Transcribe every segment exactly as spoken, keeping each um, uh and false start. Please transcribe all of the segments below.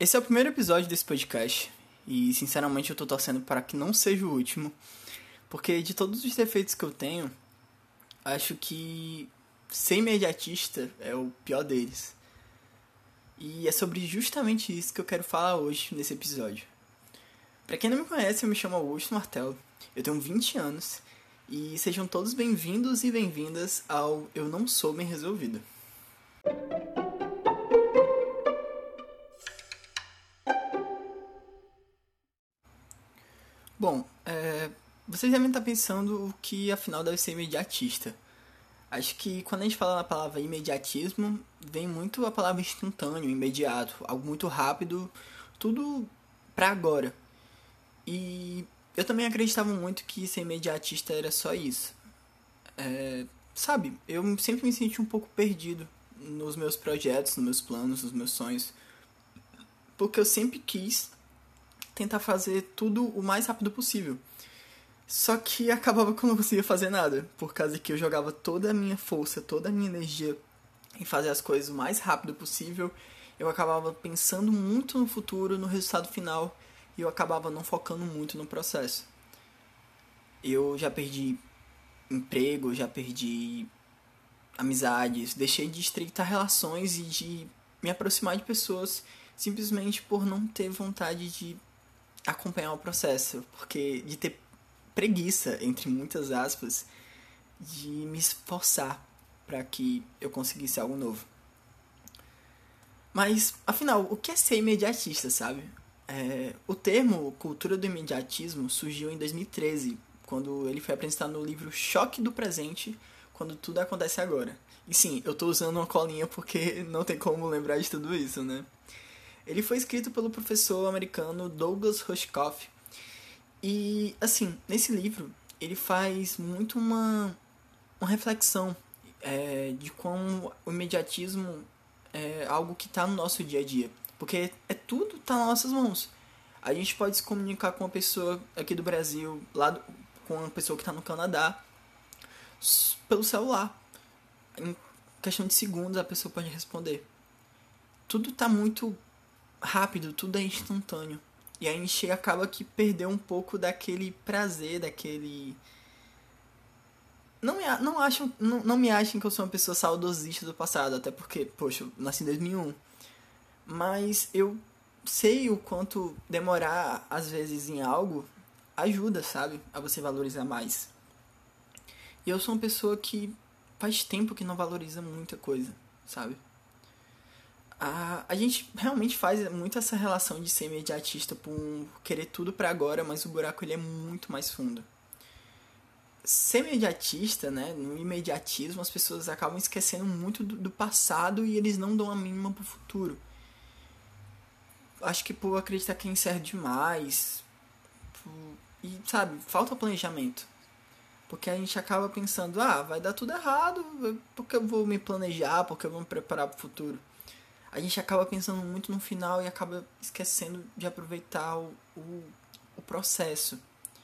Esse é o primeiro episódio desse podcast e, sinceramente, eu tô torcendo para que não seja o último, porque de todos os defeitos que eu tenho, acho que ser imediatista é o pior deles. E é sobre justamente isso que eu quero falar hoje nesse episódio. Pra quem não me conhece, eu me chamo Augusto Martelo, eu tenho vinte anos e sejam todos bem-vindos e bem-vindas ao Eu Não Sou Bem Resolvido. Bom, é, vocês devem estar pensando o que afinal deve ser imediatista. Acho que quando a gente fala na palavra imediatismo, vem muito a palavra instantâneo, imediato, algo muito rápido, tudo pra agora. E eu também acreditava muito que ser imediatista era só isso. É, sabe, eu sempre me senti um pouco perdido nos meus projetos, nos meus planos, nos meus sonhos. Porque eu sempre quis tentar fazer tudo o mais rápido possível. Só que acabava que eu não conseguia fazer nada, por causa que eu jogava toda a minha força, toda a minha energia em fazer as coisas o mais rápido possível. Eu acabava pensando muito no futuro, no resultado final, e eu acabava não focando muito no processo. Eu já perdi emprego, já perdi amizades, deixei de estreitar relações e de me aproximar de pessoas simplesmente por não ter vontade de acompanhar o processo, porque de ter preguiça, entre muitas aspas, de me esforçar para que eu conseguisse algo novo. Mas, afinal, o que é ser imediatista, sabe? É, o termo cultura do imediatismo surgiu em dois mil e treze, quando ele foi apresentado no livro Choque do Presente, quando tudo acontece agora. E sim, eu tô usando uma colinha porque não tem como lembrar de tudo isso, né? Ele foi escrito pelo professor americano Douglas Rushkoff. E, assim, nesse livro, ele faz muito uma, uma reflexão é, de como o imediatismo é algo que está no nosso dia a dia. Porque é tudo está nas nossas mãos. A gente pode se comunicar com uma pessoa aqui do Brasil, lá do, com uma pessoa que está no Canadá, pelo celular. Em questão de segundos, a pessoa pode responder. Tudo está muito rápido, tudo é instantâneo. E a gente acaba que perdeu um pouco daquele prazer, daquele... Não me, não, acham, não, não me achem que eu sou uma pessoa saudosista do passado, até porque, poxa, eu nasci em dois mil e um. Mas eu sei o quanto demorar, às vezes, em algo ajuda, sabe? A você valorizar mais. E eu sou uma pessoa que faz tempo que não valoriza muita coisa, sabe? A, a gente realmente faz muito essa relação de ser imediatista por querer tudo pra agora, mas o buraco ele é muito mais fundo. Ser imediatista, né, no imediatismo, as pessoas acabam esquecendo muito do, do passado e eles não dão a mínima pro futuro. Acho que por acreditar que é incerto demais. Por, e, sabe, falta planejamento. Porque a gente acaba pensando, ah, vai dar tudo errado, porque eu vou me planejar, porque eu vou me preparar pro futuro. A gente acaba pensando muito no final e acaba esquecendo de aproveitar o, o, o processo.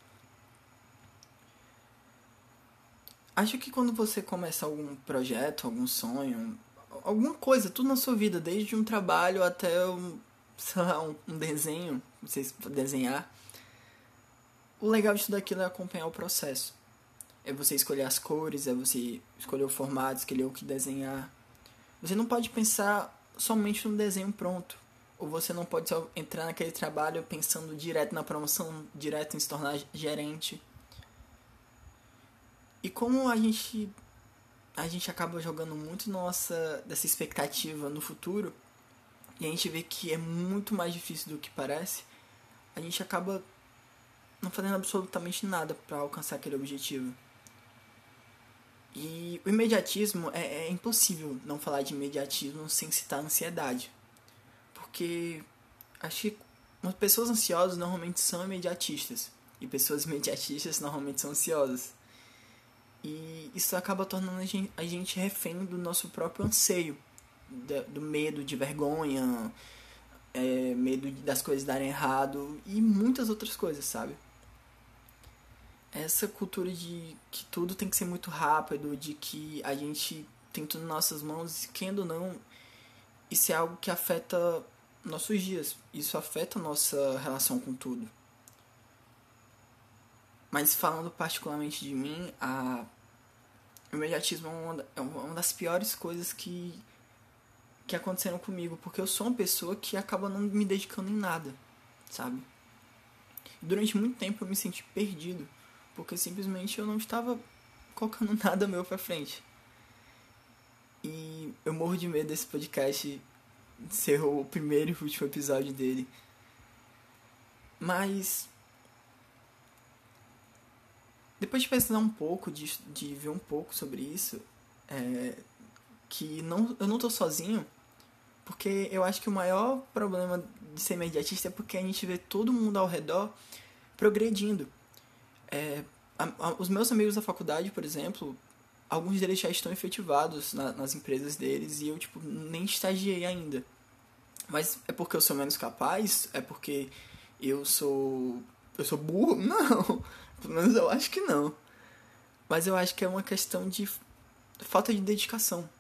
Acho que quando você começa algum projeto, algum sonho, alguma coisa, tudo na sua vida, desde um trabalho até um, sei lá, um, um desenho, você desenhar, o legal de tudo aquilo é acompanhar o processo. É você escolher as cores, é você escolher o formato, escolher o que desenhar. Você não pode pensar somente no desenho pronto. Ou você não pode só entrar naquele trabalho pensando direto na promoção, direto em se tornar gerente. E como a gente a gente acaba jogando muito nossa dessa expectativa no futuro, e a gente vê que é muito mais difícil do que parece, a gente acaba não fazendo absolutamente nada para alcançar aquele objetivo. E o imediatismo, é, é impossível não falar de imediatismo sem citar ansiedade. Porque acho que as pessoas ansiosas normalmente são imediatistas. E pessoas imediatistas normalmente são ansiosas. E isso acaba tornando a gente, a gente refém do nosso próprio anseio. Do medo de vergonha, é, medo das coisas darem errado e muitas outras coisas, sabe? Essa cultura de que tudo tem que ser muito rápido, de que a gente tem tudo nas nossas mãos, querendo ou não, isso é algo que afeta nossos dias. Isso afeta a nossa relação com tudo. Mas falando particularmente de mim, a... o imediatismo é uma, é uma das piores coisas que, que aconteceram comigo. Porque eu sou uma pessoa que acaba não me dedicando em nada, sabe? Durante muito tempo eu me senti perdido. Porque simplesmente eu não estava colocando nada meu pra frente. E eu morro de medo desse podcast ser o primeiro e último episódio dele. Mas depois de pesquisar um pouco, de, de ver um pouco sobre isso, é, que não, eu não tô sozinho, porque eu acho que o maior problema de ser imediatista é porque a gente vê todo mundo ao redor progredindo. É, a, a, os meus amigos da faculdade, por exemplo, alguns deles já estão efetivados na, nas empresas deles e eu, tipo, nem estagiei ainda. Mas é porque eu sou menos capaz? É porque eu sou... eu sou burro? Não. Pelo menos eu acho que não. Mas eu acho que é uma questão de falta de dedicação.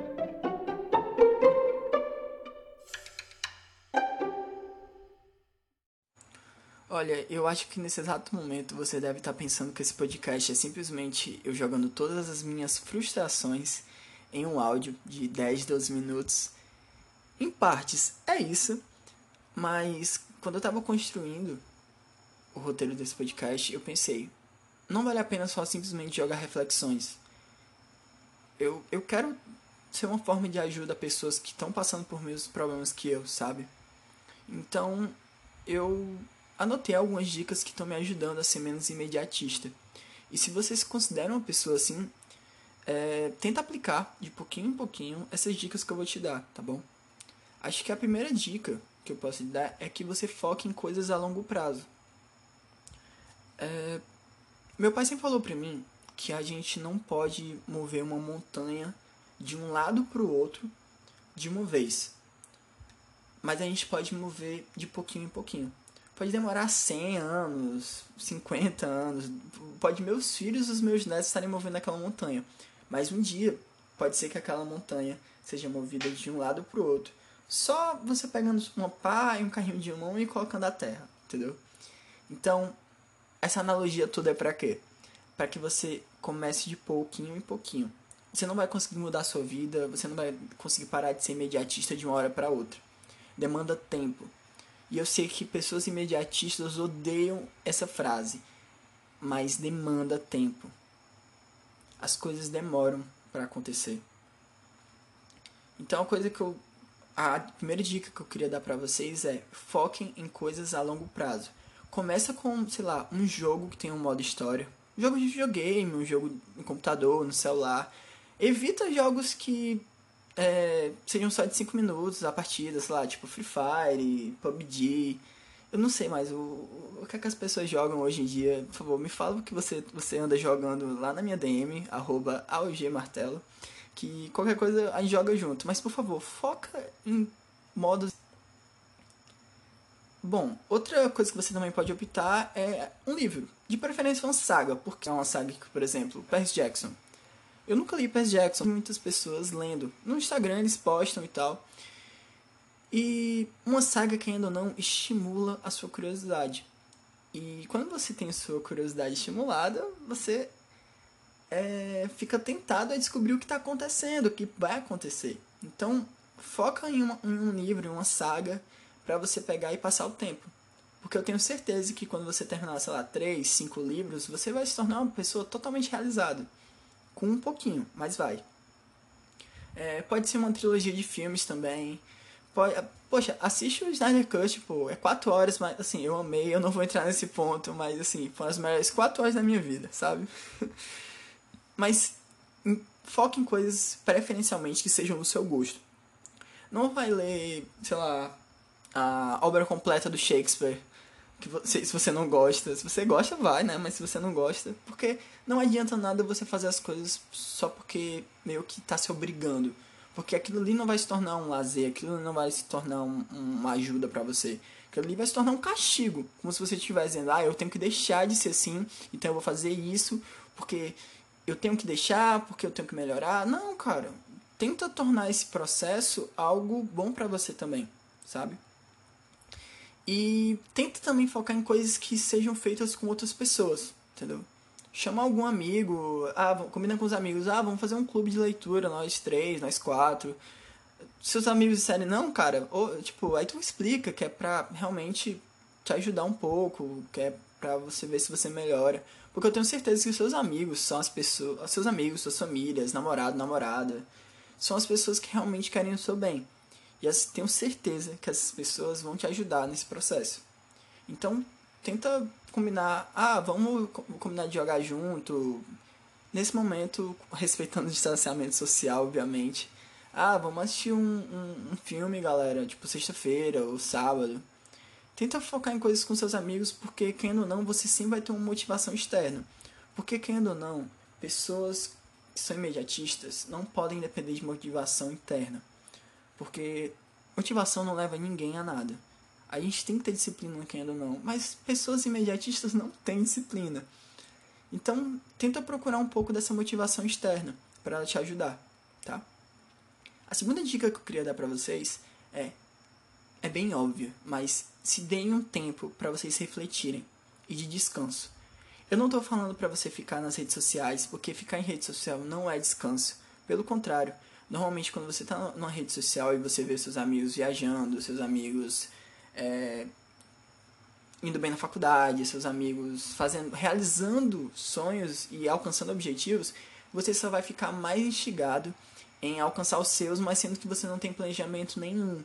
Olha, eu acho que nesse exato momento você deve estar pensando que esse podcast é simplesmente eu jogando todas as minhas frustrações em um áudio de dez, doze minutos. Em partes, é isso. Mas quando eu estava construindo o roteiro desse podcast, eu pensei, não vale a pena só simplesmente jogar reflexões. Eu, eu quero ser uma forma de ajuda a pessoas que estão passando por mesmos problemas que eu, sabe? Então, eu anotei algumas dicas que estão me ajudando a ser menos imediatista. E se você se considera uma pessoa assim, é, tenta aplicar de pouquinho em pouquinho essas dicas que eu vou te dar, tá bom? Acho que a primeira dica que eu posso te dar é que você foque em coisas a longo prazo. É, meu pai sempre falou pra mim que a gente não pode mover uma montanha de um lado pro outro de uma vez. Mas a gente pode mover de pouquinho em pouquinho. Pode demorar cem anos, cinquenta anos. Pode meus filhos e os meus netos estarem movendo aquela montanha. Mas um dia pode ser que aquela montanha seja movida de um lado pro outro. Só você pegando uma pá e um carrinho de mão e colocando a terra, entendeu? Então, essa analogia toda é pra quê? Pra que você comece de pouquinho em pouquinho. Você não vai conseguir mudar a sua vida, você não vai conseguir parar de ser imediatista de uma hora pra outra. Demanda tempo. E eu sei que pessoas imediatistas odeiam essa frase, mas demanda tempo. As coisas demoram pra acontecer. Então a coisa que eu a primeira dica que eu queria dar pra vocês é foquem em coisas a longo prazo. Começa com, sei lá, um jogo que tem um modo história. Um jogo de videogame, um jogo no computador, no celular. Evita jogos que é, sejam só de cinco minutos a partida, sei lá, tipo Free Fire, P U B G. Eu não sei mais o, o que é que as pessoas jogam hoje em dia. Por favor, me fala o que você, você anda jogando lá na minha D M, arroba aogmartelo, que qualquer coisa a gente joga junto. Mas, por favor, foca em modos... Bom, outra coisa que você também pode optar é um livro. De preferência uma saga, porque é uma saga que, por exemplo, Percy Jackson. Eu nunca li Percy Jackson, muitas pessoas lendo. No Instagram eles postam e tal. E uma saga que ainda não estimula a sua curiosidade. E quando você tem a sua curiosidade estimulada, você é, fica tentado a descobrir o que está acontecendo, o que vai acontecer. Então, foca em, uma, em um livro, em uma saga, para você pegar e passar o tempo. Porque eu tenho certeza que quando você terminar, sei lá, três, cinco livros, você vai se tornar uma pessoa totalmente realizada. Com um pouquinho, mas vai. É, pode ser uma trilogia de filmes também. Pode, poxa, assiste o Snyder Cut, pô. É quatro horas, mas assim, eu amei. Eu não vou entrar nesse ponto, mas assim, foram as melhores quatro horas da minha vida, sabe? Mas em, foque em coisas preferencialmente que sejam do seu gosto. Não vai ler, sei lá, a obra completa do Shakespeare, que você, se você não gosta. Se você gosta, vai, né? Mas se você não gosta, porque não adianta nada você fazer as coisas só porque meio que tá se obrigando. Porque aquilo ali não vai se tornar um lazer, aquilo não vai se tornar um, uma ajuda pra você. Aquilo ali vai se tornar um castigo. Como se você estivesse dizendo, ah, eu tenho que deixar de ser assim, então eu vou fazer isso, porque eu tenho que deixar, porque eu tenho que melhorar. Não, cara. Tenta tornar esse processo algo bom pra você também, sabe? E tenta também focar em coisas que sejam feitas com outras pessoas, entendeu? Chama algum amigo, ah, combina com os amigos, ah, vamos fazer um clube de leitura, nós três, nós quatro. Seus amigos disserem, não, cara, ou, tipo, aí tu explica que é pra realmente te ajudar um pouco, que é pra você ver se você melhora. Porque eu tenho certeza que os seus amigos são as pessoas, seus amigos, suas famílias, namorado, namorada, são as pessoas que realmente querem o seu bem. E eu tenho certeza que essas pessoas vão te ajudar nesse processo. Então, tenta combinar, ah, vamos combinar de jogar junto, nesse momento, respeitando o distanciamento social, obviamente. Ah, vamos assistir um, um, um filme, galera, tipo sexta-feira ou sábado. Tenta focar em coisas com seus amigos, porque, querendo ou não, você sim vai ter uma motivação externa. Porque, querendo ou não, pessoas que são imediatistas não podem depender de motivação interna. Porque motivação não leva ninguém a nada. A gente tem que ter disciplina, querendo ou não. Mas pessoas imediatistas não têm disciplina. Então, tenta procurar um pouco dessa motivação externa para ela te ajudar, tá? A segunda dica que eu queria dar para vocês é é bem óbvio, mas se deem um tempo para vocês refletirem e de descanso. Eu não estou falando para você ficar nas redes sociais, porque ficar em rede social não é descanso. Pelo contrário, normalmente quando você está numa rede social e você vê seus amigos viajando, seus amigos é, indo bem na faculdade, seus amigos fazendo, realizando sonhos e alcançando objetivos, você só vai ficar mais instigado em alcançar os seus, mas sendo que você não tem planejamento nenhum.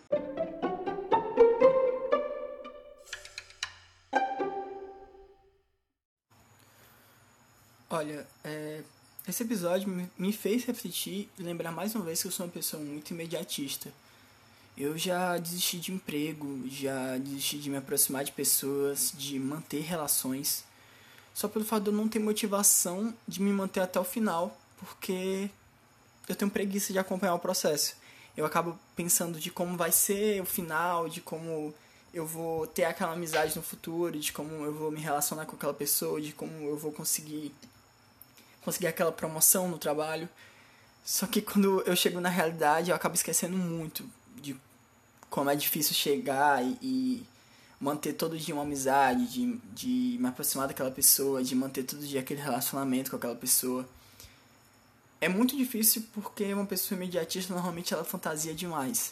Olha, é, esse episódio me fez refletir e lembrar mais uma vez que eu sou uma pessoa muito imediatista. Eu já desisti de emprego, já desisti de me aproximar de pessoas, de manter relações, só pelo fato de eu não ter motivação de me manter até o final, porque eu tenho preguiça de acompanhar o processo. Eu acabo pensando de como vai ser o final, de como eu vou ter aquela amizade no futuro, de como eu vou me relacionar com aquela pessoa, de como eu vou conseguir conseguir aquela promoção no trabalho. Só que quando eu chego na realidade, eu acabo esquecendo muito de como é difícil chegar e, e manter todo dia uma amizade, de, de me aproximar daquela pessoa, de manter todo dia aquele relacionamento com aquela pessoa. É muito difícil porque uma pessoa imediatista normalmente ela fantasia demais.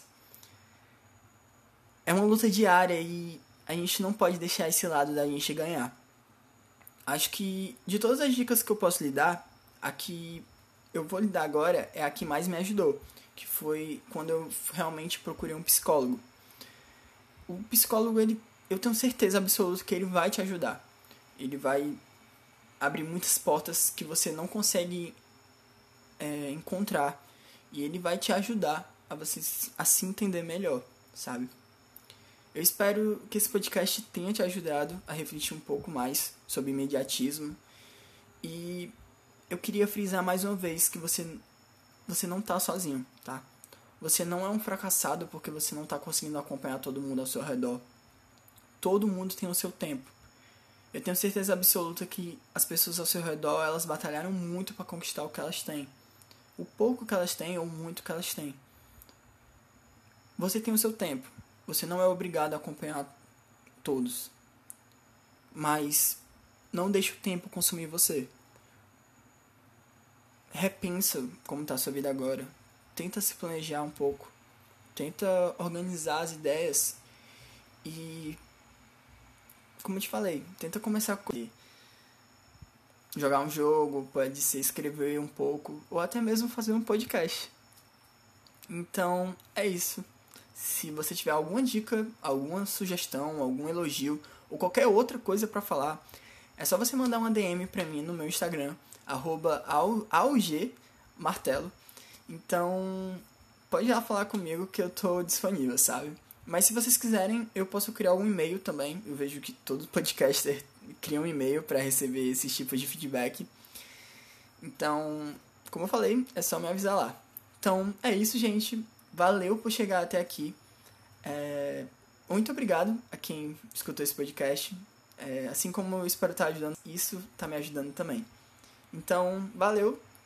É uma luta diária e a gente não pode deixar esse lado da gente ganhar. Acho que de todas as dicas que eu posso lhe dar, a que eu vou lhe dar agora é a que mais me ajudou, que foi quando eu realmente procurei um psicólogo. O psicólogo, ele, eu tenho certeza absoluta que ele vai te ajudar. Ele vai abrir muitas portas que você não consegue é, encontrar. E ele vai te ajudar a você a se entender melhor, sabe? Eu espero que esse podcast tenha te ajudado a refletir um pouco mais sobre imediatismo. E eu queria frisar mais uma vez que você, você não está sozinho, tá? Você não é um fracassado porque você não está conseguindo acompanhar todo mundo ao seu redor. Todo mundo tem o seu tempo. Eu tenho certeza absoluta que as pessoas ao seu redor, elas batalharam muito para conquistar o que elas têm. O pouco que elas têm ou o muito que elas têm. Você tem o seu tempo. Você não é obrigado a acompanhar todos. Mas não deixe o tempo consumir você. Repensa como está a sua vida agora. Tenta se planejar um pouco. Tenta organizar as ideias. E, como eu te falei, tenta começar a correr. Jogar um jogo, pode ser escrever um pouco, ou até mesmo fazer um podcast. Então, é isso. Se você tiver alguma dica, alguma sugestão, algum elogio ou qualquer outra coisa pra falar, é só você mandar uma D M pra mim no meu Instagram, arroba augmartelo. Então, pode ir lá falar comigo que eu tô disponível, sabe? Mas se vocês quiserem, eu posso criar algum e-mail também. Eu vejo que todo podcaster cria um e-mail pra receber esses tipos de feedback. Então, como eu falei, é só me avisar lá. Então, é isso, gente. Valeu por chegar até aqui. É, muito obrigado a quem escutou esse podcast. É, assim como eu espero estar ajudando, isso está me ajudando também. Então, valeu